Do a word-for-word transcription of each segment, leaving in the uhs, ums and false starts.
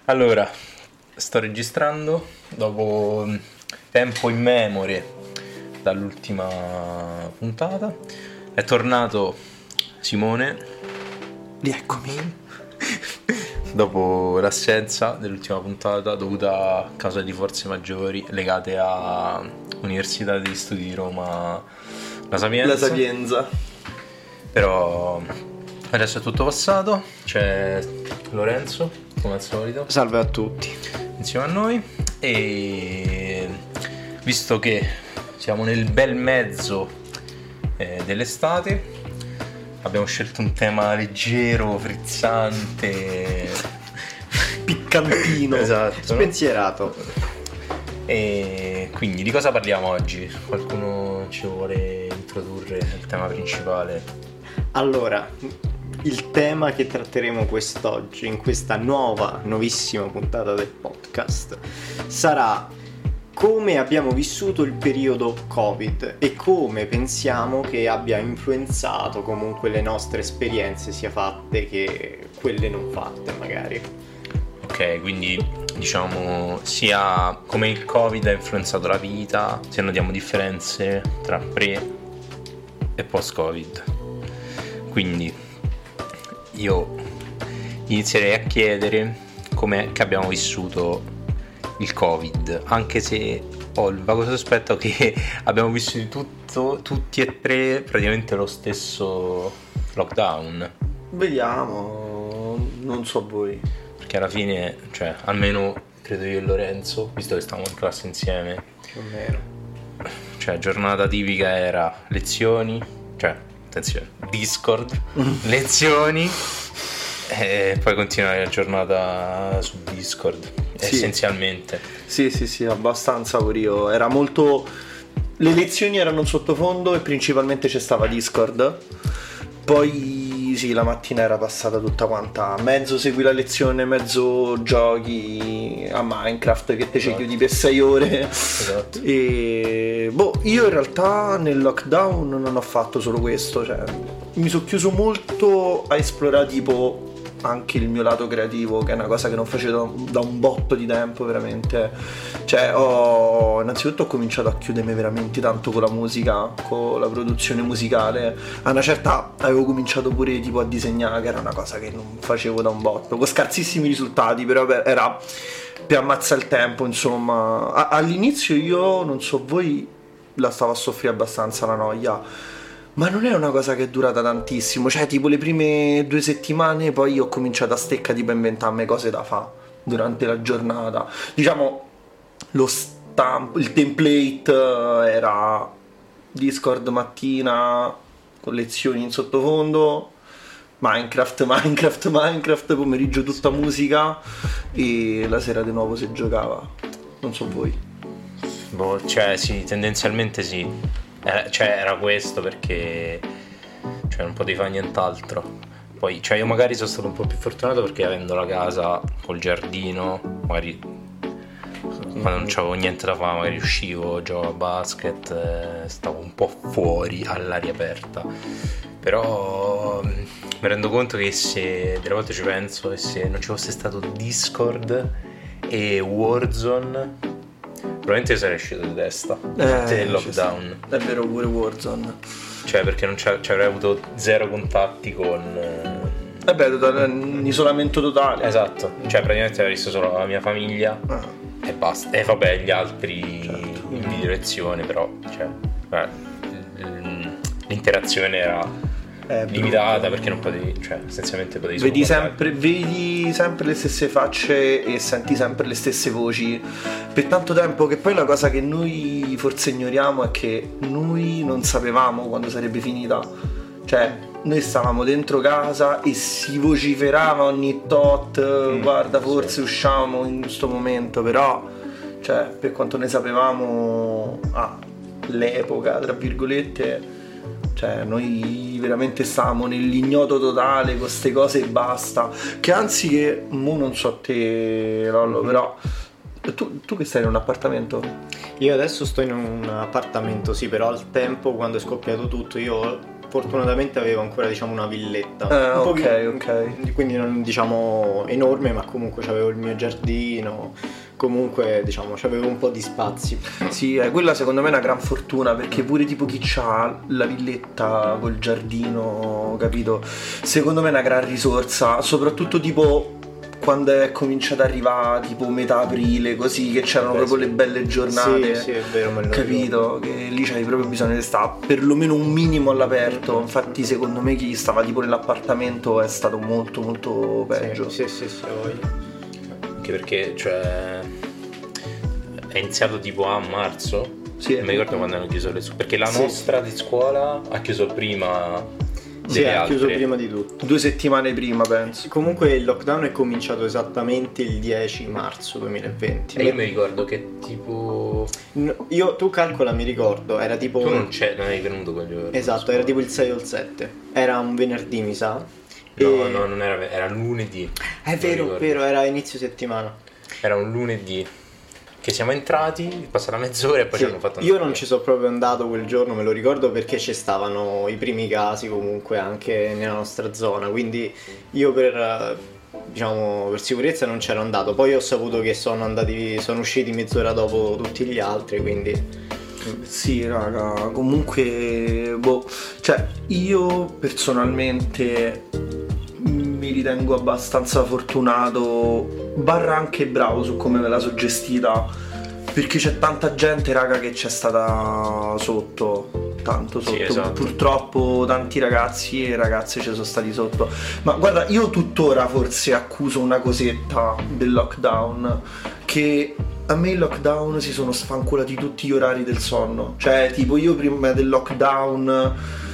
Allora, sto registrando dopo tempo immemore dall'ultima puntata. È tornato Simone. Rieccomi. Dopo l'assenza dell'ultima puntata dovuta a causa di forze maggiori legate a Università degli Studi di Roma, La Sapienza. La Sapienza. Però adesso è tutto passato. C'è Lorenzo, come al solito. Salve a tutti. Insieme a noi. E visto che siamo nel bel mezzo eh, dell'estate, abbiamo scelto un tema leggero, frizzante, piccantino, esatto, spensierato. E quindi di cosa parliamo oggi? Qualcuno ci vuole introdurre il tema principale? Allora, il tema che tratteremo quest'oggi, in questa nuova, nuovissima puntata del podcast, sarà come abbiamo vissuto il periodo Covid e come pensiamo che abbia influenzato comunque le nostre esperienze, sia fatte che quelle non fatte magari. Ok, quindi diciamo sia come il Covid ha influenzato la vita, se notiamo differenze tra pre e post Covid. Quindi io inizierei a chiedere com'è che abbiamo vissuto il Covid, anche se ho il vago sospetto che abbiamo vissuto tutto, tutti e tre praticamente lo stesso lockdown. Vediamo, non so voi. Perché alla fine, cioè, almeno credo io e Lorenzo, visto che stavamo in classe insieme, più o meno, cioè giornata tipica era lezioni, cioè attenzione, Discord, lezioni e poi continuare la giornata su Discord, sì. Essenzialmente. Sì, sì, sì, abbastanza pure io. Era molto... Le lezioni erano un sottofondo e principalmente c'è stava Discord. Poi sì, la mattina era passata tutta quanta mezzo segui la lezione, mezzo giochi a Minecraft che te ci chiudi per sei ore. Esatto. E boh, io in realtà nel lockdown non ho fatto solo questo, cioè mi sono chiuso molto a esplorare tipo anche il mio lato creativo, che è una cosa che non facevo da un botto di tempo veramente. Cioè ho innanzitutto ho cominciato a chiudermi veramente tanto con la musica, con la produzione musicale. A una certa avevo cominciato pure tipo a disegnare, che era una cosa che non facevo da un botto, con scarsissimi risultati, però era per ammazzare il tempo, insomma. A- all'inizio io, non so voi, la stavo a soffrire abbastanza la noia, ma non è una cosa che è durata tantissimo. Cioè tipo le prime due settimane poi ho cominciato a stecca tipo a inventarmi cose da fare durante la giornata. Diciamo lo stampo, il template era Discord mattina con lezioni in sottofondo, Minecraft, Minecraft, Minecraft, pomeriggio tutta musica e la sera di nuovo si giocava. Non so voi. Boh, cioè sì, tendenzialmente sì. Era, cioè era questo perché cioè non potevi fare nient'altro. Poi cioè io magari sono stato un po' più fortunato perché avendo la casa col giardino, magari quando non c'avevo niente da fare magari uscivo, giocavo a basket, eh, stavo un po' fuori all'aria aperta. Però mh, mi rendo conto che se delle volte ci penso e se non ci fosse stato Discord e Warzone probabilmente io sarei uscito di testa durante eh, il lockdown. È vero, pure Warzone. Cioè perché non ci avrei avuto zero contatti con... Eh beh, un isolamento totale. Esatto, cioè praticamente avrei visto solo la mia famiglia ah. e basta. E vabbè, gli altri certo. In video lezione, però cioè, beh, l'interazione era... Eh, limitata perché non potevi, cioè essenzialmente potevi vedi sempre, vedi sempre le stesse facce e senti sempre le stesse voci per tanto tempo, che poi la cosa che noi forse ignoriamo è che noi non sapevamo quando sarebbe finita. Cioè noi stavamo dentro casa e si vociferava ogni tot mm, guarda forse sì. Usciamo in questo momento, però cioè per quanto ne sapevamo all'epoca tra virgolette, cioè noi veramente stavamo nell'ignoto totale con queste cose e basta. Che anzi che mo non so te Lollo, però tu, tu che stai in un appartamento? Io adesso sto in un appartamento, sì, però al tempo quando è scoppiato tutto io fortunatamente avevo ancora diciamo una villetta. Ah, un ok, ok. Quindi non diciamo enorme, ma comunque c'avevo il mio giardino, comunque diciamo c'avevo un po' di spazi. Sì, eh, quella secondo me è una gran fortuna, perché pure tipo chi c'ha la villetta col giardino, capito? Secondo me è una gran risorsa, soprattutto tipo quando è cominciato ad arrivare tipo metà aprile, così, che c'erano Beh, proprio sì. le belle giornate. Sì, sì, è vero, me lo capito? Che lì c'hai proprio bisogno di stare perlomeno un minimo all'aperto. Infatti secondo me chi stava tipo nell'appartamento è stato molto molto peggio. Sì, sì, sì, sì, voglio. Anche perché, cioè, è iniziato tipo a marzo. Sì. Non mi ricordo quando hanno chiuso le scuole. Perché la Sì. nostra di scuola ha chiuso prima Sì, delle ha altre. chiuso prima di tutto. Due settimane prima, penso. Comunque il lockdown è cominciato esattamente il dieci marzo duemilaventi. E io mi ricordo che tipo... No, io, tu calcola, mi ricordo, era tipo... Tu non, c'è, non eri venuto quel giorno. Esatto, era tipo il sei o il sette. Era un venerdì, mi sa. No, E- no, non era, era lunedì. È Non vero, ricordo. vero, era inizio settimana. Era un lunedì che siamo entrati, è passata mezz'ora e poi Sì, ci hanno fatto io non ci sono proprio andato quel giorno, me lo ricordo, perché ci stavano i primi casi comunque anche nella nostra zona, quindi io per, eh, diciamo, per sicurezza non c'ero andato. Poi ho saputo che sono andati, sono usciti mezz'ora dopo tutti gli altri, quindi... Sì, raga, comunque, boh, cioè, io personalmente mi ritengo abbastanza fortunato, barra anche bravo su come me la so gestita, perché c'è tanta gente, raga, che c'è stata sotto, tanto sotto. Sì, esatto. Purtroppo tanti ragazzi e ragazze ci sono stati sotto. Ma guarda, io tuttora forse accuso una cosetta del lockdown, che a me il lockdown si sono sfanculati tutti gli orari del sonno. Cioè, tipo, io prima del lockdown,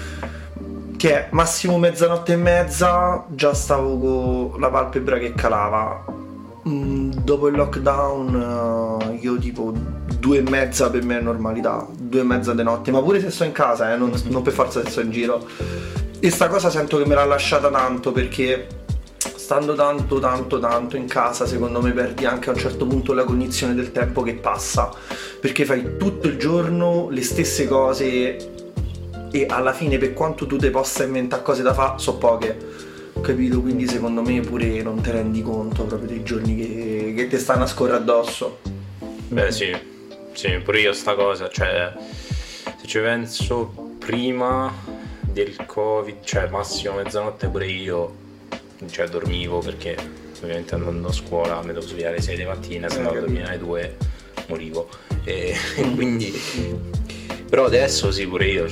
che è massimo mezzanotte e mezza, già stavo con la palpebra che calava. Mm, dopo il lockdown, eh, io tipo due e mezza per me è normalità, due e mezza di notte, ma pure se sto in casa, eh, non, non per forza se sto in giro. E sta cosa sento che me l'ha lasciata tanto, perché stando tanto tanto tanto in casa, secondo me perdi anche a un certo punto la cognizione del tempo che passa, perché fai tutto il giorno le stesse cose e alla fine, per quanto tu te possa inventare cose da fare, so poche, capito? Quindi secondo me pure non ti rendi conto proprio dei giorni che, che ti stanno a scorrere addosso. Beh sì, sì, pure io sta cosa, cioè se ci penso, prima del Covid, cioè massimo mezzanotte pure io, cioè dormivo, perché ovviamente andando a scuola mi dovevo svegliare alle sei di mattina, se andavo a dormire alle due morivo, e quindi... Però adesso sì, pure io,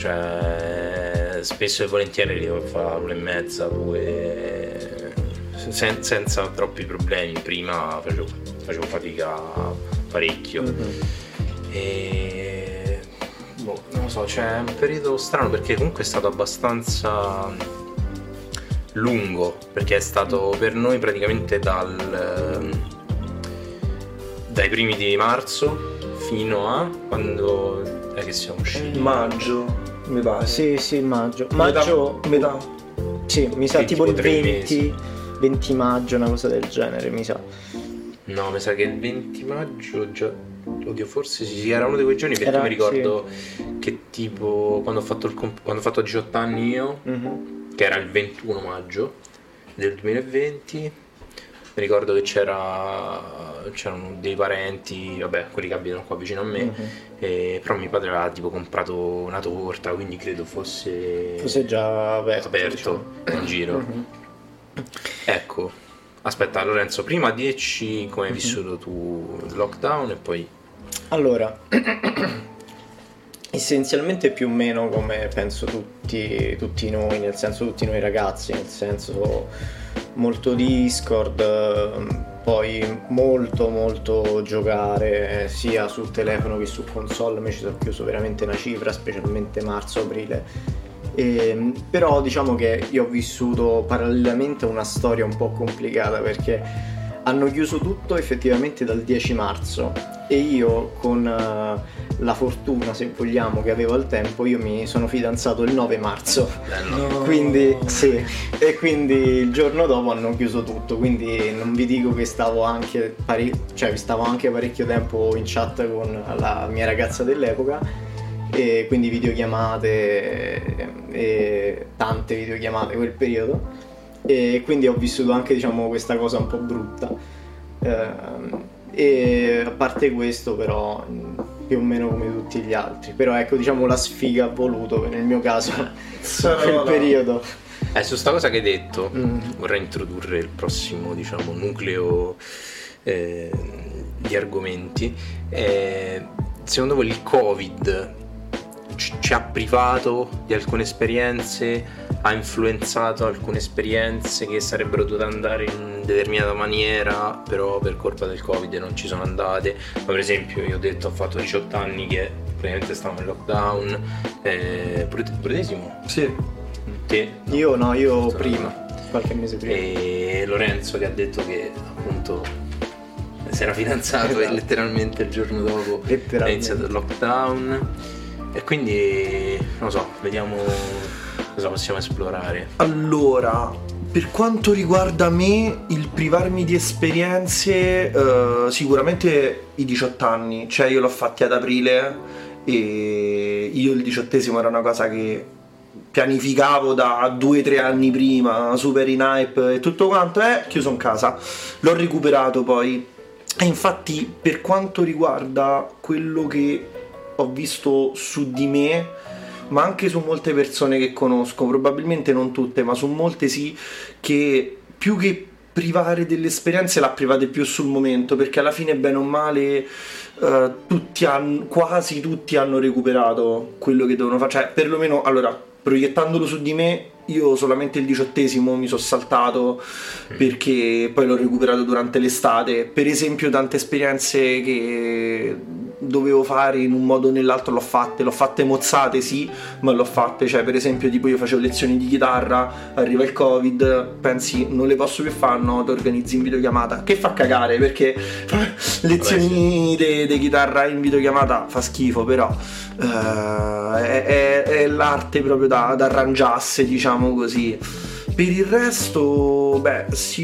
cioè spesso e volentieri li devo fare l'una e mezza, due, sen- senza troppi problemi. Prima facevo, facevo fatica parecchio. Mm-hmm. E boh, non lo so, cioè è un periodo strano, perché comunque è stato abbastanza lungo, perché è stato per noi praticamente dal dai primi di marzo fino a quando è che siamo usciti? Maggio, mi pare. Sì, sì, maggio. Maggio... Metà. Sì, mi sa Sì, tipo tipo il tre venti, venti maggio, una cosa del genere, mi sa. No, mi sa che il venti maggio già... Oddio, forse sì, sì, era uno di quei giorni, perché Era- mi ricordo che tipo quando ho fatto il comp- quando ho fatto diciotto anni io, Mhm. che era il ventuno maggio del duemilaventi, mi ricordo che c'era c'erano dei parenti, vabbè, quelli che abitano qua vicino a me, Mhm. e, però mio padre aveva tipo comprato una torta, quindi credo fosse, Forse già aperto, aperto in giro. Mhm. Ecco, aspetta Lorenzo, prima dici come hai vissuto tu il lockdown e poi... Allora, essenzialmente più o meno come penso tutti, tutti noi, nel senso tutti noi ragazzi, nel senso molto Discord, ehm, poi molto molto giocare sia sul telefono che su console. Mi ci sono chiuso veramente una cifra, specialmente marzo-aprile. E, però diciamo che io ho vissuto parallelamente una storia un po' complicata, perché hanno chiuso tutto effettivamente dal dieci marzo e io, con uh, la fortuna, se vogliamo, che avevo al tempo, io mi sono fidanzato il nove marzo. Bello. No. Quindi sì, e quindi il giorno dopo hanno chiuso tutto, quindi non vi dico che stavo anche pare- cioè stavo anche parecchio tempo in chat con la mia ragazza dell'epoca, e quindi videochiamate e, e tante videochiamate quel periodo, e quindi ho vissuto anche, diciamo, questa cosa un po' brutta, eh, e a parte questo però più o meno come tutti gli altri, però ecco, diciamo, la sfiga ha voluto nel mio caso quel periodo. Eh, su sta cosa che hai detto Mm. vorrei introdurre il prossimo, diciamo, nucleo eh, di argomenti. Eh, secondo voi il Covid ci, ci ha privato di alcune esperienze, ha influenzato alcune esperienze che sarebbero dovute andare in determinata maniera, però per colpa del Covid non ci sono andate? Ma per esempio io ho detto, ho fatto diciotto anni che praticamente stavamo in lockdown, eh, pure te- pure te, Simo? Sì. Te? Io no, io prima, qualche mese prima. E Lorenzo che ha detto che appunto si era fidanzato Esatto. e letteralmente il giorno dopo è Letteralmente. iniziato il lockdown, e quindi non lo so, vediamo cosa possiamo esplorare. Allora, per quanto riguarda me, il privarmi di esperienze, eh, sicuramente i diciotto anni, cioè io l'ho fatti ad aprile e io il diciottesimo era una cosa che pianificavo da due o tre anni prima, super in hype e tutto quanto, è chiuso in casa, l'ho recuperato poi. E infatti, per quanto riguarda quello che ho visto su di me, ma anche su molte persone che conosco, probabilmente non tutte, ma su molte sì, che più che privare delle esperienze l'ha private più sul momento, perché alla fine bene o male eh, tutti hanno, quasi tutti hanno recuperato quello che devono fare, cioè perlomeno, allora, proiettandolo su di me, io solamente il diciottesimo mi sono saltato perché poi l'ho recuperato durante l'estate. Per esempio tante esperienze che dovevo fare in un modo o nell'altro l'ho fatte, l'ho fatte mozzate sì, ma l'ho fatte, cioè per esempio tipo io facevo lezioni di chitarra, arriva il Covid, pensi non le posso più fare, no, ti organizzi in videochiamata, che fa cagare perché lezioni di chitarra in videochiamata fa schifo, però uh, è, è, è l'arte proprio da, da arrangiarsi, diciamo così. Per il resto, beh,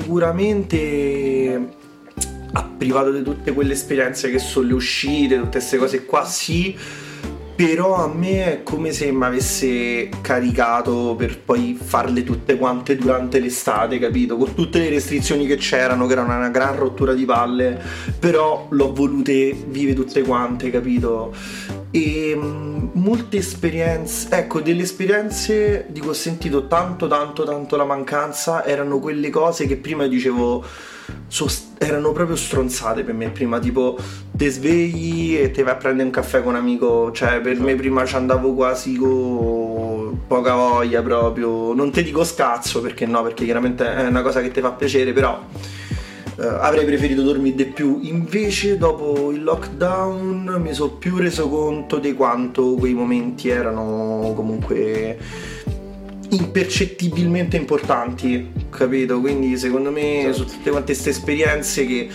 sicuramente ha privato di tutte quelle esperienze che sono le uscite, tutte queste cose qua, sì, però a me è come se mi avesse caricato per poi farle tutte quante durante l'estate, capito? Con tutte le restrizioni che c'erano, che erano una gran rottura di palle, però l'ho volute vive tutte quante, capito? E mh, molte esperienze, ecco, delle esperienze di cui ho sentito tanto tanto tanto la mancanza erano quelle cose che prima dicevo so, erano proprio stronzate per me prima, tipo te svegli e te vai a prendere un caffè con un amico, cioè per me prima ci andavo quasi con poca voglia proprio, non te dico scazzo perché no, perché chiaramente è una cosa che ti fa piacere, però Uh, avrei preferito dormire di più. Invece dopo il lockdown mi sono più reso conto di quanto quei momenti erano comunque impercettibilmente importanti, capito? Quindi secondo me esatto. Su tutte quante queste esperienze che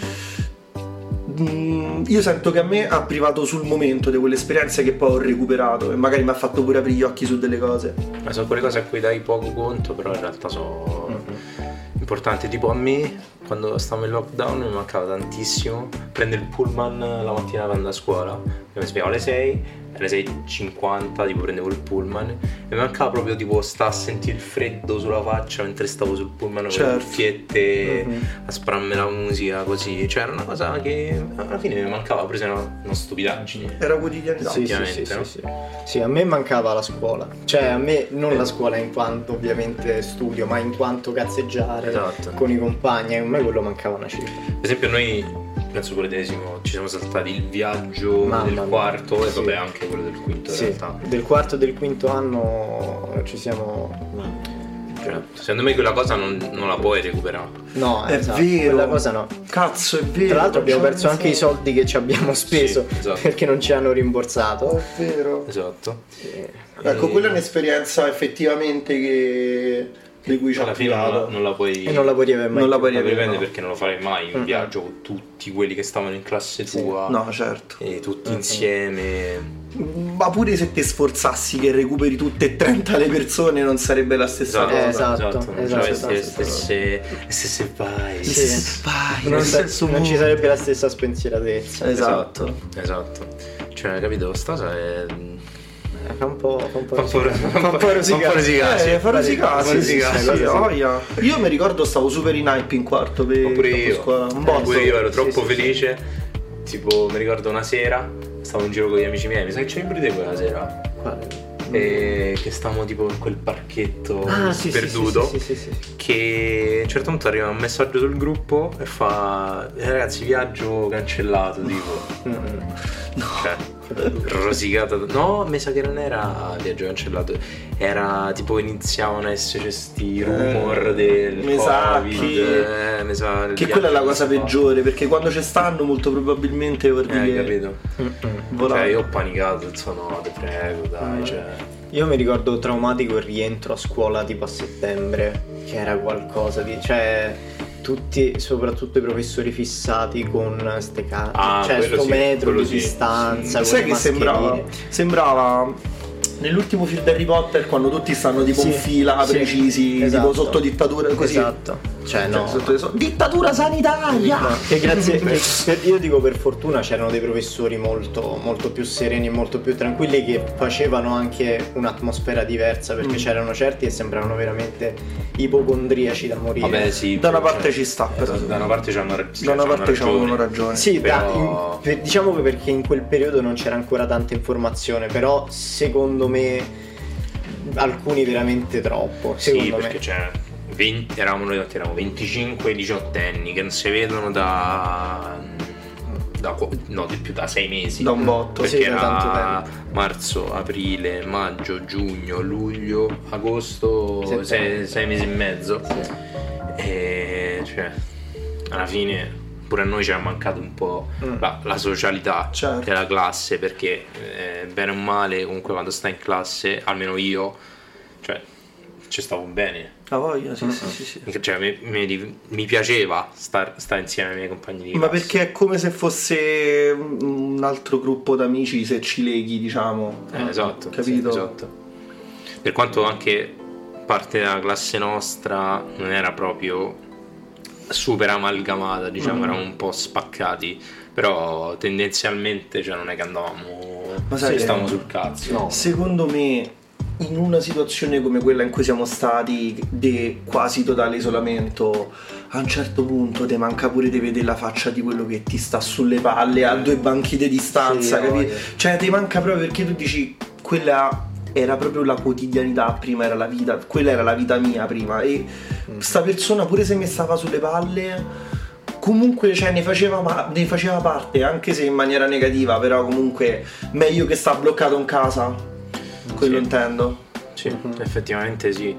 mm, io sento che a me ha privato sul momento di quelle esperienze che poi ho recuperato e magari mi ha fatto pure aprire gli occhi su delle cose. Ma sono quelle cose a cui dai poco conto, però in realtà sono mm-hmm. importanti. Tipo a me, quando stavo in lockdown, mi mancava tantissimo prendere il pullman la mattina per andare a scuola. Mi svegliavo alle sei, alle sei e cinquanta tipo prendevo il pullman e mi mancava proprio tipo sta a sentire il freddo sulla faccia mentre stavo sul pullman con certo. le cuffiette, mm-hmm. a spararmi la musica così, cioè era una cosa che alla fine mi mancava, presa una, una stupidaggine. Era quotidianità. Sì, sì, ovviamente, sì, no? sì, sì. Sì, a me mancava la scuola, cioè a me non la scuola in quanto ovviamente studio, ma in quanto cazzeggiare Esatto. con i compagni, a me quello mancava una cifra. Per esempio noi, penso pure desimo, ci siamo saltati il viaggio Mamma del mia. e Sì. vabbè anche quello del quinto in Sì, realtà. del quarto e del quinto anno ci siamo... Cioè, secondo me quella cosa non, non la puoi recuperare. No, È esatto, vero. quella cosa no. Cazzo, è vero. Tra l'altro abbiamo c'è perso anche i soldi che ci abbiamo speso, Sì, esatto. perché non ci hanno rimborsato. È vero. Esatto. Eh, Ecco, E- quella è un'esperienza effettivamente che di cui ci ha alla fine non la, privato. non la puoi E non la puoi riavere mai Non la più. puoi la puoi riavere, riprendere no. perché non lo farai mai un Mm. viaggio con tutti quelli che stavano in classe tua. No, certo. E tutti Mm. insieme. Ma pure se te sforzassi che recuperi tutte e trenta le persone non sarebbe la stessa Esatto, cosa. esatto, esatto, non esatto, avessi le esatto. stesse, le stesse vibes. Sì. Vai, Non, nel sa- senso non ci mondo. sarebbe la stessa spensieratezza. Esatto. Esatto, esatto. Cioè, capito, sta cosa è fa un po', fa un po' Fa un po' rosicare. fa un po' rosicare. Eh, fa rosicare, sì, sì, rosicare, sì, sì, sì, sì. voglia. Io mi ricordo stavo super in hype in quarto per Oppure dopo io, scuola, un Eh, botto. pure io ero Sì, troppo sì, sì. felice. Tipo, mi ricordo una sera, stavo in giro con gli amici miei, mi sa che c'è pure te quella sera. Quale? E che stavamo tipo in quel parchetto Ah, sì, sì, sperduto. sì, sì, sì, sì, sì. Che a un certo punto arriva un messaggio sul gruppo e fa: eh, ragazzi, viaggio cancellato, tipo. Mm. Cioè, rosicata. No, mi sa che non era viaggio cancellato. Era tipo iniziavano a esserci sti rumor del mi sa Covid. che- eh, mi sa il Che quella è la viaggio cosa che si fa. peggiore, perché quando ci stanno molto probabilmente vuol Eh, dire capito? volare. Cioè, io ho panicato, insomma, no, te prego, dai, cioè. Io mi ricordo traumatico il rientro a scuola tipo a settembre, che era qualcosa di... cioè tutti, soprattutto i professori fissati con ste carte, Ah, cioè quello sto sì, metro quello di sì. distanza, con Sai le che mascherine. sembrava? Sembrava nell'ultimo film di Harry Potter quando tutti stanno tipo in Sì, fila sì, precisi, esatto. tipo sotto dittatura così. Esatto. Cioè no, Cioè, sotto le so- dittatura sanitaria! no, che grazie che per- io dico per fortuna c'erano dei professori molto, molto più sereni e molto più tranquilli, che facevano anche un'atmosfera diversa, perché Mm. c'erano certi che sembravano veramente ipocondriaci da morire. Vabbè, sì. Da una cioè, parte ci sta, però. Da una parte c'hanno, cioè, Da una c'hanno parte c'hanno ragione. ragione. Sì, Però- da- in- per- diciamo che perché in quel periodo non c'era ancora tanta informazione, però secondo me alcuni veramente troppo. Sì, Secondo perché me. c'è venti, eravamo noi quanti eravamo venticinque diciottenni che non si vedono da, da qu- no di più da sei mesi, Da un botto. perché Sì, da tanto era tempo. marzo, aprile, maggio, giugno, luglio, agosto, Settembre. sei, sei mesi e mezzo. Sì. E cioè alla fine pure a noi ci è mancato un po' Mm. la, la socialità Certo. della classe, perché eh, bene o male comunque quando stai in classe, almeno io, cioè ci stavo bene. La voglia, sì, sì, sì, sì. Cioè, mi, mi- mi piaceva star, stare insieme ai miei compagni di Ma classe. perché è come se fosse un altro gruppo d'amici se ci leghi, diciamo. Eh, esatto, Capito? sì, esatto. Per quanto anche parte della classe nostra non era proprio super amalgamata, diciamo, Mm. eravamo un po' spaccati, però tendenzialmente cioè non è che andavamo, Ma sai, stavamo sul cazzo. No. Secondo me, in una situazione come quella in cui siamo stati, di quasi totale isolamento, a un certo punto ti manca pure di vedere la faccia di quello che ti sta sulle palle a due banchi di distanza, Sì, capi? voglia. Cioè ti manca proprio perché tu dici quella era proprio la quotidianità, prima era la vita, quella era la vita mia prima, e sta persona pure se mi stava sulle palle comunque, cioè, ne faceva, ma- ne faceva parte, anche se in maniera negativa, però comunque meglio che sta bloccato in casa, quello Sì. intendo. Sì, effettivamente sì.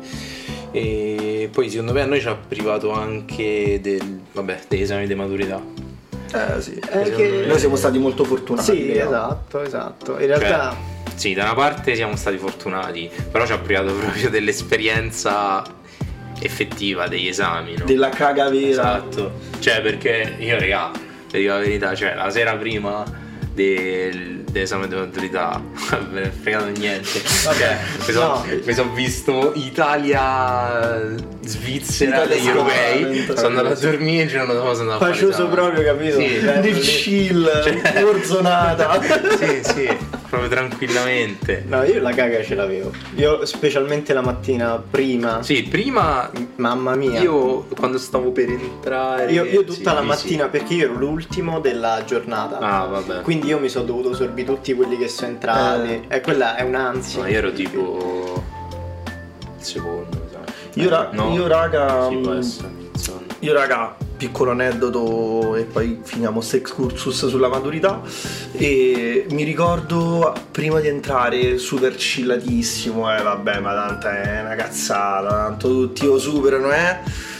E poi secondo me a noi ci ha privato anche del, vabbè, degli esami di maturità. Eh sì. Eh, che- Noi siamo stati molto fortunati. Sì, no? esatto, esatto. In realtà Cioè, sì, da una parte siamo stati fortunati, però ci ha privato proprio dell'esperienza effettiva degli esami, no? Della caga vera. Esatto. Cioè, perché io, raga, ti dico la verità, cioè, la sera prima del, dell'esame di maturità non me ne è fregato niente. Vabbè, mi sono no. son visto Italia, Svizzera, Italia degli europei, sicuramente. sono andato a dormire e il giorno dopo sono andato a fare facioso l'esame. proprio, capito? Sì. Eh, Nel lì. chill, Cioè- warzonata. Sì, sì, proprio tranquillamente. No, io la caga ce l'avevo. Io specialmente la mattina prima. Sì, prima Mamma mia. io quando stavo per entrare Io, io tutta sì, la sì. mattina, perché io ero l'ultimo della giornata. Ah, vabbè. Quindi io mi sono dovuto sorbire tutti quelli che sono entrati. E quella è un'ansia. No, io ero tipo il secondo, esatto. Io, ra- No, io raga, sì, può mh, essere, insomma. io raga, piccolo aneddoto e poi finiamo sto excursus sulla maturità. E mi ricordo prima di entrare super chillatissimo, eh vabbè, ma tanto è una cazzata, tanto tutti lo superano, eh.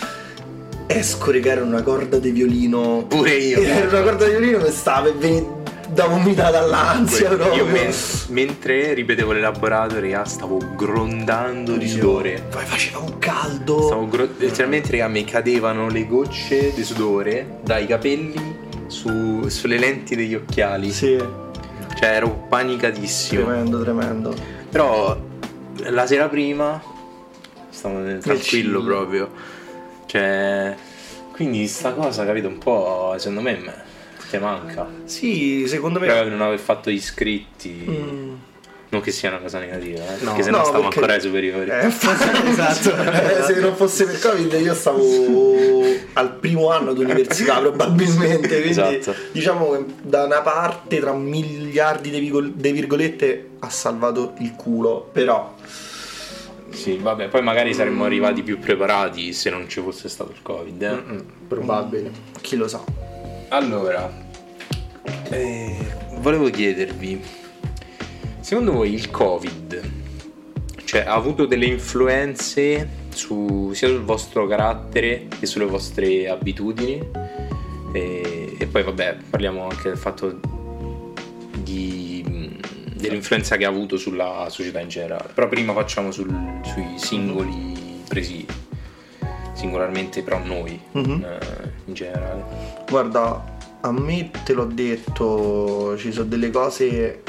Esco, regà, era una corda di violino. Pure io. Era una corda di violino che stava e veni da vomitare dall'ansia proprio. Io men- mentre ripetevo l'elaborato, raga, stavo grondando di sudore. Poi faceva un caldo. Stavo gro- letteralmente, raga, mi cadevano le gocce di sudore dai capelli su- sulle lenti degli occhiali. Sì, Cioè, ero panicatissimo. tremendo, tremendo. Però la sera prima stavo tranquillo chill. proprio. Cioè, quindi sta cosa, capito, un po' secondo me me- ti manca. Sì, secondo me. Però non aver fatto gli iscritti. Mm. Non che sia una cosa negativa, eh? No. Perché se no, No, stavamo perché- ancora ai superiori. Eh, esatto. Eh, se non fosse per Covid io stavo al primo anno d'università probabilmente, quindi Esatto. diciamo che da una parte tra miliardi di virgol- di virgolette ha salvato il culo, però Sì, vabbè, poi magari saremmo arrivati più preparati se non ci fosse stato il Covid. Eh? Mm-mm, probabile. chi lo sa. Allora, eh, volevo chiedervi, secondo voi il Covid, cioè, ha avuto delle influenze su, sia sul vostro carattere che sulle vostre abitudini? E, e poi vabbè, parliamo anche del fatto di, dell'influenza che ha avuto sulla società in generale. Però prima facciamo sul, sui singoli presi singolarmente, però noi Mhm. eh, in generale. Guarda, a me te l'ho detto, ci sono delle cose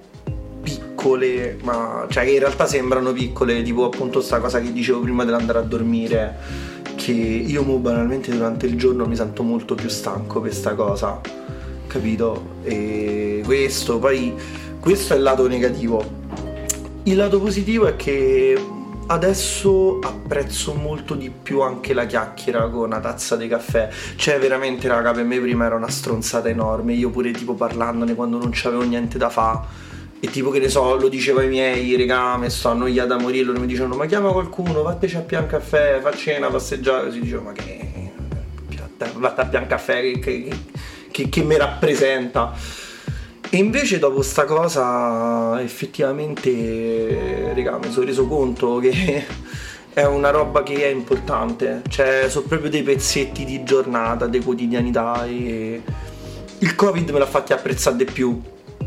piccole, ma cioè che in realtà sembrano piccole, tipo appunto sta cosa che dicevo prima dell'andare a dormire, che io mo banalmente durante il giorno mi sento molto più stanco per sta cosa, capito? E questo, poi questo è il lato negativo. Il lato positivo è che adesso apprezzo molto di più anche la chiacchiera con una tazza di caffè. Cioè veramente raga, per me prima era una stronzata enorme, io pure tipo parlandone quando non c'avevo niente da fa. E tipo che ne so, lo dicevo ai miei, regà, mi sto annoiata a morire, loro mi dicevano ma chiama qualcuno, vatteci a pian caffè, fa cena, passeggiare, così dicevo ma che... vattene a pian caffè, che, che, che, che mi rappresenta. E invece dopo sta cosa effettivamente, regà, mi sono reso conto che è una roba che è importante, cioè sono proprio dei pezzetti di giornata, di quotidianità, e il Covid me l'ha fatti apprezzare di più.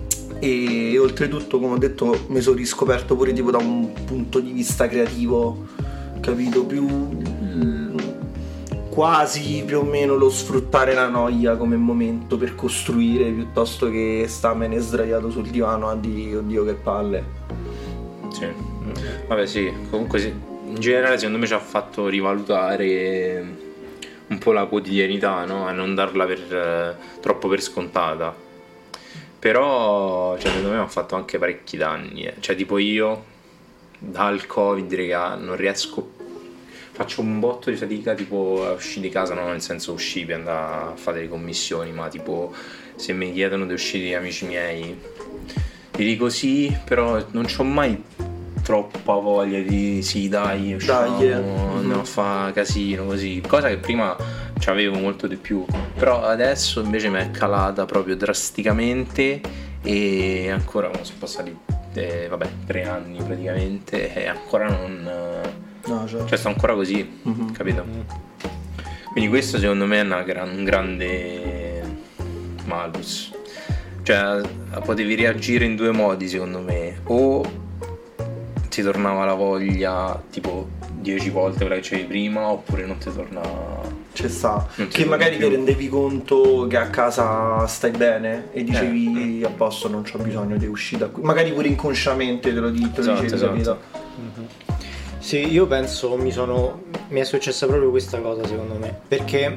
E oltretutto, come ho detto, mi sono riscoperto pure tipo da un punto di vista creativo, capito? Più mm, quasi più o meno lo sfruttare la noia come momento per costruire, piuttosto che starmene sdraiato sul divano a dire oddio che palle. Sì. Vabbè, sì, comunque sì, in generale secondo me ci ha fatto rivalutare un po' la quotidianità, no? E non darla per, eh, troppo per scontata. Però, cioè, secondo me mi ha fatto anche parecchi danni, eh. Cioè, tipo io dal Covid, raga, non riesco, faccio un botto di fatica tipo a uscire di casa, no, nel senso uscire per andare a fare delle commissioni, ma tipo se mi chiedono di uscire gli amici miei ti dico sì, però non c'ho mai troppa voglia di sì dai usciamo, Dai, eh. andiamo a fare casino così, cosa che prima c'avevo molto di più, però adesso invece mi è calata proprio drasticamente e ancora sono passati eh, vabbè tre anni praticamente e ancora non No, cioè. cioè sto ancora così, Mhm. capito? Quindi questo secondo me è una gran- un grande malus, cioè potevi reagire in due modi secondo me, o ti tornava la voglia tipo dieci volte quella che c'avevi prima, oppure non ti tornava. Ci sta, Non ti che magari più. ti rendevi conto che a casa stai bene e dicevi Eh. a posto, non c'ho bisogno di uscire da qui, magari pure inconsciamente te lo, di- te lo Esatto, dicevi, esatto. capito? Sì, io penso mi sono mi è successa proprio questa cosa secondo me, perché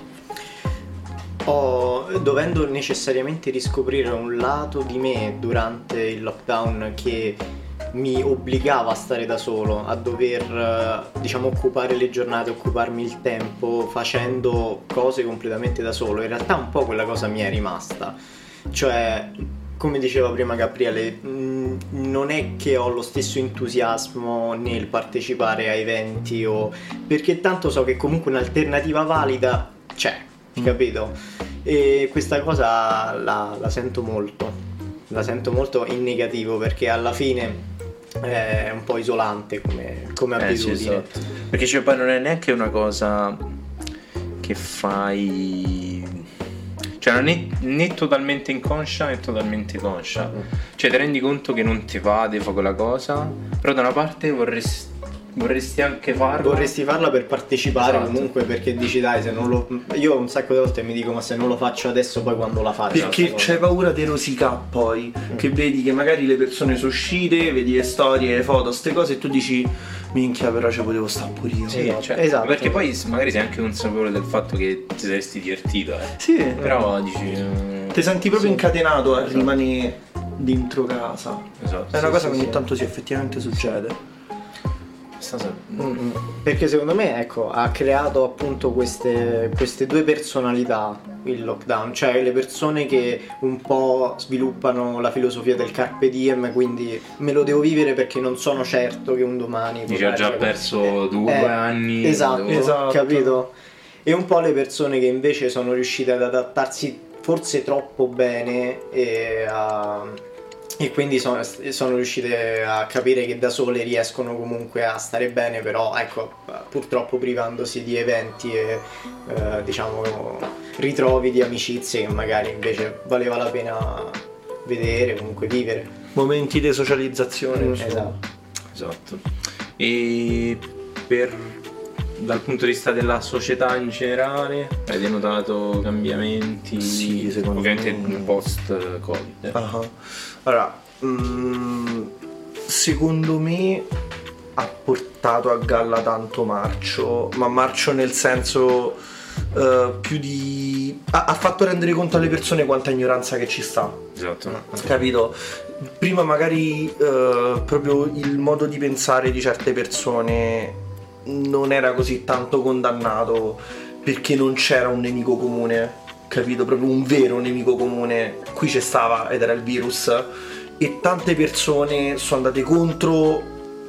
ho dovendo necessariamente riscoprire un lato di me durante il lockdown che mi obbligava a stare da solo, a dover eh, diciamo occupare le giornate, occuparmi il tempo facendo cose completamente da solo. In realtà un po' quella cosa mi è rimasta, cioè come diceva prima Gabriele, mh, non è che ho lo stesso entusiasmo nel partecipare a eventi o perché tanto so che comunque un'alternativa valida c'è, Mm. capito? E questa cosa la, la sento molto, la sento molto in negativo perché alla fine è un po' isolante come, come Eh, sì, abitudine. esatto. Perché cioè, poi non è neanche una cosa che fai, cioè non è né totalmente inconscia né totalmente conscia, cioè ti rendi conto che non ti va di fare quella cosa, però da una parte vorresti, vorresti anche farla. Vorresti farla per partecipare, Esatto. comunque, perché dici dai, se non lo io un sacco di volte mi dico ma se non lo faccio adesso poi quando la faccio. Perché questa c'hai cosa. paura di rosicare poi, che vedi che magari le persone sono uscite, vedi le storie, le foto, ste cose e tu dici minchia però ci potevo stare pure io. Sì, cioè, Esatto. perché poi magari sei anche consapevole del fatto che ti saresti divertito, eh. Sì, Però dici eh, ti senti proprio Sì. incatenato a rimanere dentro casa. Esatto, È una sì, cosa sì, che ogni sì. tanto sì, effettivamente succede. Mm-mm. Perché secondo me, ecco, ha creato appunto queste, queste due personalità il lockdown, cioè le persone che un po' sviluppano la filosofia del carpe diem, quindi me lo devo vivere perché non sono certo che un domani Dice ha già perso due, Eh, due anni. esatto, devo- Esatto. capito? E un po' le persone che invece sono riuscite ad adattarsi forse troppo bene e, a- e quindi sono, sono riuscite a capire che da sole riescono comunque a stare bene, però ecco, purtroppo privandosi di eventi e eh, diciamo ritrovi di amicizie che magari invece valeva la pena vedere, comunque vivere. Momenti di socializzazione. Mm, insomma. esatto. Esatto. E per dal punto di vista della società in generale, hai notato cambiamenti? Sì, secondo ovviamente me. post Covid. Ah. Allora, mm, secondo me ha portato a galla tanto Marcio, ma Marcio nel senso eh, più di... Ha, ha fatto rendere conto alle persone quanta ignoranza che ci sta. Esatto. Capito? Prima magari eh, proprio il modo di pensare di certe persone non era così tanto condannato perché non c'era un nemico comune, capito? Proprio un vero nemico comune. Qui c'è stava ed era il virus, e tante persone sono andate contro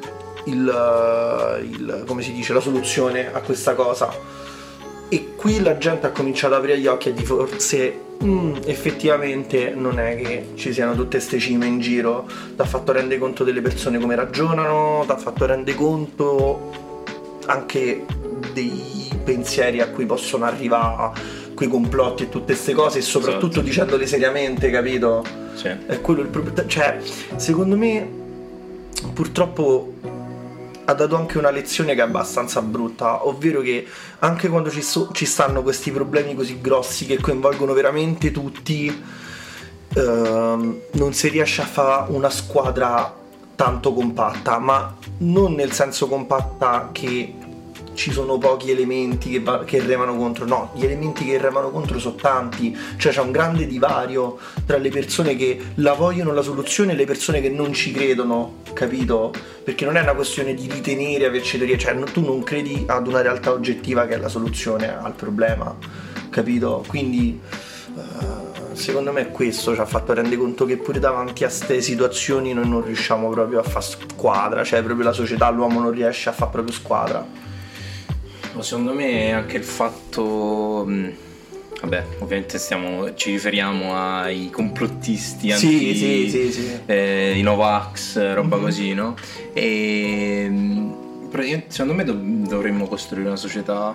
il, il come si dice, la soluzione a questa cosa, e qui la gente ha cominciato ad aprire gli occhi e di forse mm, effettivamente non è che ci siano tutte ste cime in giro. T'ha fatto rendere conto delle persone come ragionano, t'ha fatto rendere conto anche dei pensieri a cui possono arrivare, quei complotti e tutte ste cose, e soprattutto Esatto. dicendole seriamente, capito? Sì. È quello il problema. Cioè, secondo me purtroppo ha dato anche una lezione che è abbastanza brutta, ovvero che anche quando ci, so- ci stanno questi problemi così grossi che coinvolgono veramente tutti, ehm, non si riesce a fare una squadra tanto compatta, ma non nel senso compatta che ci sono pochi elementi che, va- che remano contro, no, gli elementi che remano contro sono tanti, cioè c'è un grande divario tra le persone che la vogliono la soluzione e le persone che non ci credono, capito? Perché non è una questione di ritenere, averci teoria, cioè no- tu non credi ad una realtà oggettiva che è la soluzione al problema, capito? Quindi eh, secondo me questo ci ha fatto rendere conto che pure davanti a ste situazioni noi non riusciamo proprio a fare squadra, cioè proprio la società, l'uomo non riesce a fare proprio squadra. Secondo me è anche il fatto, mh, vabbè, ovviamente stiamo, ci riferiamo ai complottisti, anti, Sì, sì, sì, sì. eh, i Novax, roba così, no? E mh, praticamente, secondo me dov- dovremmo costruire una società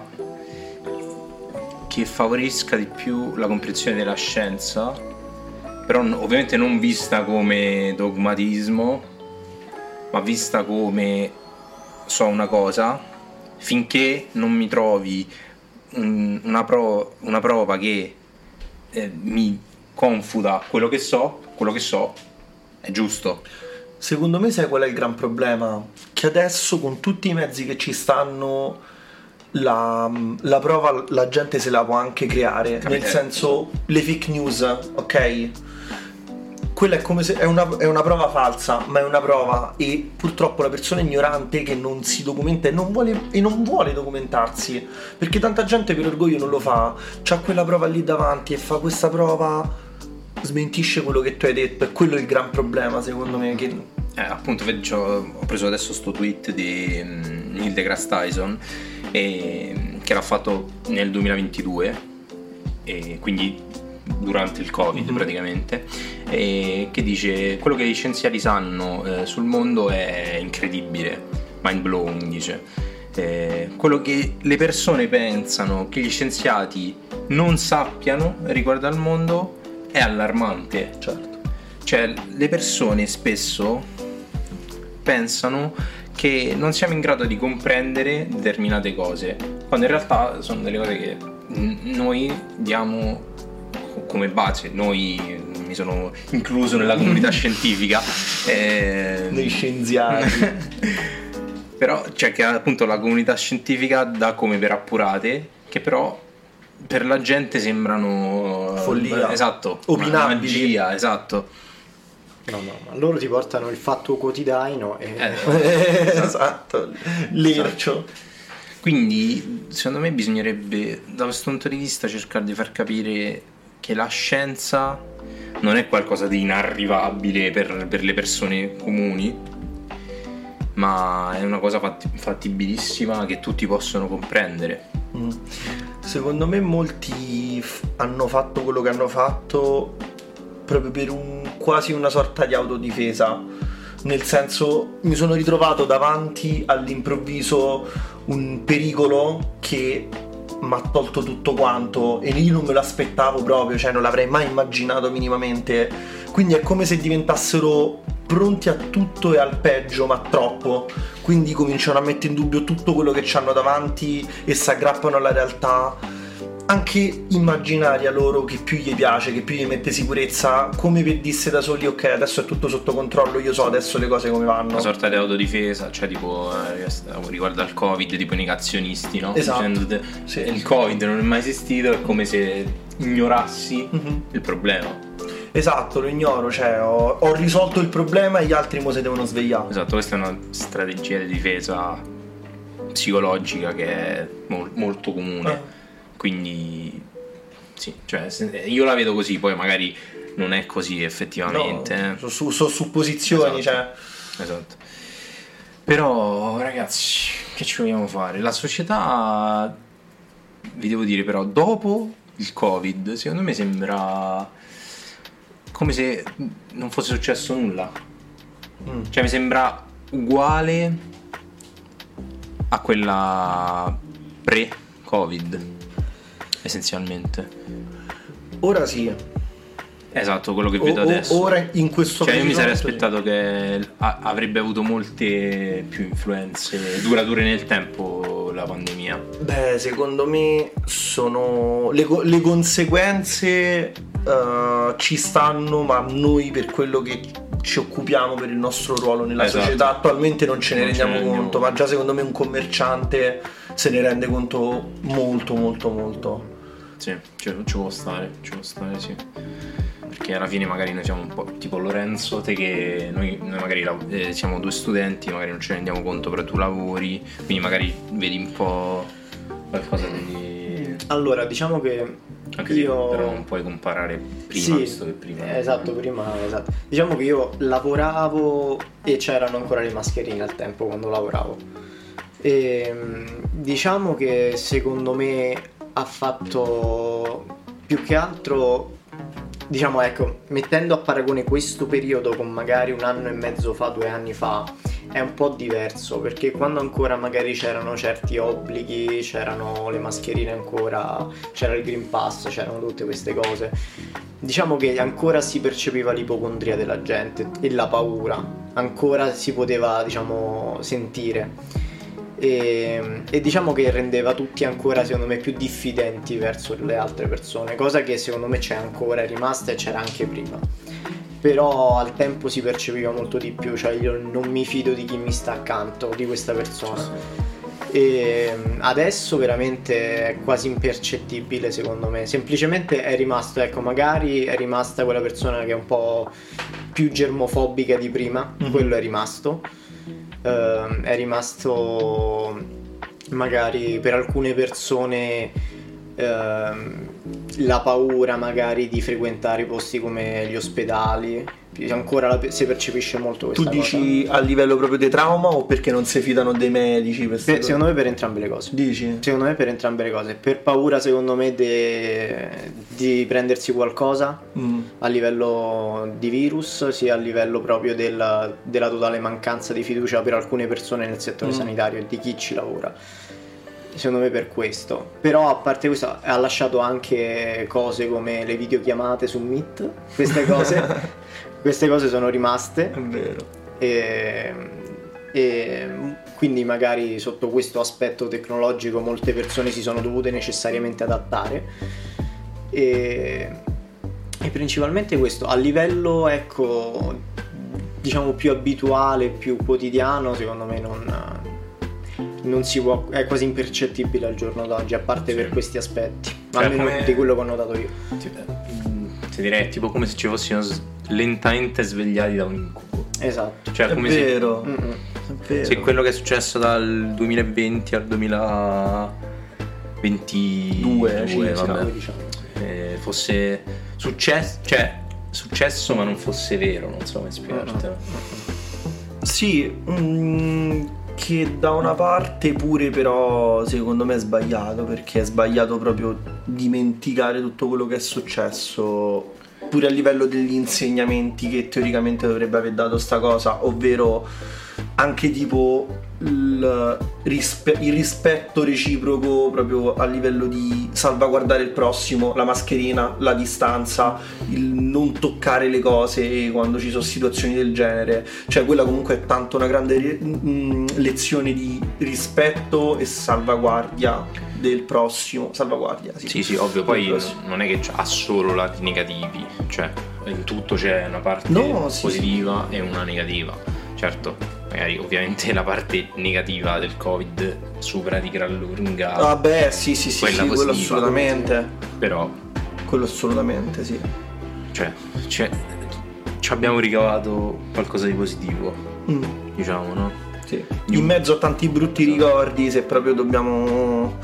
che favorisca di più la comprensione della scienza, però n- ovviamente non vista come dogmatismo, ma vista come so una cosa, finché non mi trovi un- una, pro- una prova che eh, mi confuta quello che so, quello che so è giusto. Secondo me sai qual è il gran problema? Che adesso con tutti i mezzi che ci stanno la, la prova la gente se la può anche creare, Capite? nel senso le fake news, ok? Quella è come se è una, è una prova falsa, ma è una prova, e purtroppo la persona ignorante che non si documenta e non vuole, e non vuole documentarsi, perché tanta gente per orgoglio non lo fa, c'ha quella prova lì davanti e fa questa prova, smentisce quello che tu hai detto, e quello è il gran problema secondo me, che Eh, appunto, vedi, c'ho- ho preso adesso sto tweet di mm, Neil deGrasse Tyson, e, che l'ha fatto nel duemilaventidue, e quindi durante il Covid Mhm. praticamente, e che dice: quello che gli scienziati sanno eh, sul mondo è incredibile, mind blowing, dice. Eh, quello che le persone pensano che gli scienziati non sappiano riguardo al mondo è allarmante. certo. Cioè, le persone spesso pensano che non siamo in grado di comprendere determinate cose, quando in realtà sono delle cose che n- noi diamo come base. Noi, mi sono incluso nella comunità scientifica, eh, Dei scienziati. però c'è che appunto la comunità scientifica dà come per appurate, che però per la gente sembrano Follia. esatto, Opinabili. magia, esatto. No, no, ma loro ti portano il fatto quotidiano e... Eh, esatto, l'ercio. Quindi secondo me bisognerebbe da questo punto di vista cercare di far capire che la scienza non è qualcosa di inarrivabile per, per le persone comuni, ma è una cosa fatti, fattibilissima che tutti possono comprendere. Mm. Secondo me molti f- hanno fatto quello che hanno fatto proprio per un, quasi una sorta di autodifesa, nel senso, mi sono ritrovato davanti all'improvviso un pericolo che mi ha tolto tutto quanto e io non me lo aspettavo proprio, cioè non l'avrei mai immaginato minimamente, quindi è come se diventassero pronti a tutto e al peggio, ma troppo, quindi cominciano a mettere in dubbio tutto quello che hanno davanti e si aggrappano alla realtà anche immaginaria loro, che più gli piace, che più gli mette sicurezza, come per dirsi da soli ok, adesso è tutto sotto controllo, io so adesso le cose come vanno, una sorta di autodifesa, cioè tipo eh, riguardo al Covid, tipo i negazionisti, no? Esatto. Dicendo, sì. Il Covid non è mai esistito, è come se ignorassi mm-hmm. il problema. Esatto, lo ignoro, cioè ho, ho risolto il problema e gli altri mo si devono svegliare. Esatto, questa è una strategia di difesa psicologica che è mo- molto comune. Eh. Quindi sì, cioè io la vedo così, poi magari non è così effettivamente. No, sono su, so supposizioni, esatto. Cioè. Esatto. Però ragazzi, che ci vogliamo fare? La società, vi devo dire però, dopo il Covid, secondo me sembra come se non fosse successo nulla. Mm. Cioè mi sembra uguale a quella pre-Covid. Essenzialmente ora sì, esatto, quello che vedo o, adesso ora in questo cioè io mi sarei aspettato che a- avrebbe avuto molte più influenze durature nel tempo la pandemia. Beh, secondo me sono le, co- le conseguenze uh, ci stanno, ma noi per quello che ci occupiamo, per il nostro ruolo nella esatto. società attualmente non ce ne non rendiamo ce ne conto rendiamo. Ma già secondo me un commerciante se ne rende conto molto molto molto. Sì, ci, ci può stare, ci può stare, sì. Perché alla fine magari noi siamo un po' tipo Lorenzo, te che noi, noi magari eh, siamo due studenti, magari non ce ne rendiamo conto, però tu lavori, quindi magari vedi un po' qualcosa di... Allora, diciamo che anche io... se però non puoi comparare prima, sì, visto che prima... Esatto, prima, esatto. Diciamo che io lavoravo e c'erano ancora le mascherine al tempo quando lavoravo. E diciamo che secondo me ha fatto più che altro, diciamo, ecco, mettendo a paragone questo periodo con magari un anno e mezzo fa, due anni fa, è un po' diverso, perché quando ancora magari c'erano certi obblighi, c'erano le mascherine ancora, c'era il Green Pass, c'erano tutte queste cose, diciamo che ancora si percepiva l'ipocondria della gente e la paura, ancora si poteva, diciamo, sentire. E, e diciamo che rendeva tutti ancora, secondo me, più diffidenti verso le altre persone, cosa che secondo me c'è ancora, è rimasta e c'era anche prima, però al tempo si percepiva molto di più, cioè io non mi fido di chi mi sta accanto, di questa persona, e adesso veramente è quasi impercettibile secondo me, semplicemente è rimasto, ecco, magari è rimasta quella persona che è un po' più germofobica di prima, mm-hmm. quello è rimasto. Uh, è rimasto magari per alcune persone uh, la paura magari di frequentare i posti come gli ospedali, ancora la, si percepisce molto questa cosa. Tu dici cosa. A livello proprio di trauma o perché non si fidano dei medici? Per per, secondo me per entrambe le cose. Dici? Secondo me per entrambe le cose, per paura secondo me de, di prendersi qualcosa mm. a livello di virus, sia a livello proprio della, della totale mancanza di fiducia per alcune persone nel settore mm. sanitario e di chi ci lavora. Secondo me per questo. Però a parte questo ha lasciato anche cose come le videochiamate su Meet, queste cose queste cose sono rimaste. È vero. E, e quindi magari sotto questo aspetto tecnologico molte persone si sono dovute necessariamente adattare e, e principalmente questo a livello, ecco, diciamo più abituale, più quotidiano, secondo me non non si può, è quasi impercettibile al giorno d'oggi, a parte sì. per questi aspetti, cioè, almeno come... di quello che ho notato io. Ti, ti direi tipo come se ci fossimo lentamente svegliati da un incubo. Esatto. Cioè, È come vero, Mm-mm. è vero. se, se quello che è successo dal duemilaventi al duemilaventidue, sì, vabbè, sì, diciamo. eh, fosse successo, cioè successo ma non fosse vero, non so come spiegartelo. Sì, mm, che da una parte pure però secondo me è sbagliato, perché è sbagliato proprio dimenticare tutto quello che è successo, pure a livello degli insegnamenti che teoricamente dovrebbe aver dato sta cosa, ovvero anche tipo il, rispe- il rispetto reciproco proprio a livello di salvaguardare il prossimo, la mascherina, la distanza, il non toccare le cose quando ci sono situazioni del genere. Cioè quella comunque è tanto una grande re- mh, lezione di rispetto e salvaguardia del prossimo, salvaguardia, sì. Sì, sì, ovvio, Del poi prossimo. non è che ha solo lati negativi, cioè in tutto c'è una parte No, sì, positiva e una negativa. Certo, magari ovviamente la parte negativa del Covid supera di gran lunga. Vabbè, sì, sì, sì, quella sì, quello positiva. assolutamente. Però, Quello assolutamente, sì. cioè, cioè, ci abbiamo ricavato qualcosa di positivo, Mm, diciamo, no? sì. In mezzo a tanti brutti ricordi, se proprio dobbiamo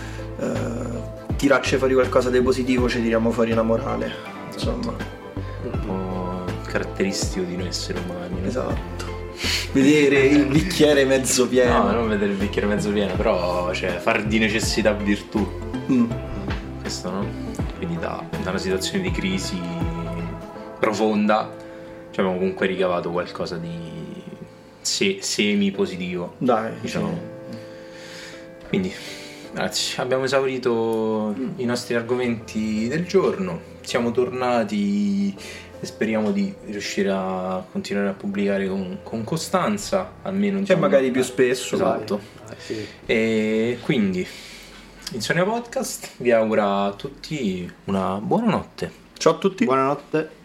eh, tirarci fuori qualcosa di positivo, ci tiriamo fuori una morale. Insomma, Un po' caratteristico di noi esseri umani, no? esatto. Vedere il bicchiere mezzo pieno. No, non vedere il bicchiere mezzo pieno, però, cioè, far di necessità virtù. Mm. Questo, no? Quindi da, da una situazione di crisi profonda ci abbiamo comunque ricavato qualcosa di se- semi positivo, Dai, diciamo. Quindi ragazzi, abbiamo esaurito i nostri argomenti del giorno, siamo tornati e speriamo di riuscire a continuare a pubblicare con, con costanza, almeno E diciamo, magari più spesso. esatto. Dai, sì. E quindi Insomnia Podcast vi augura a tutti una buona notte. Ciao a tutti. Buonanotte.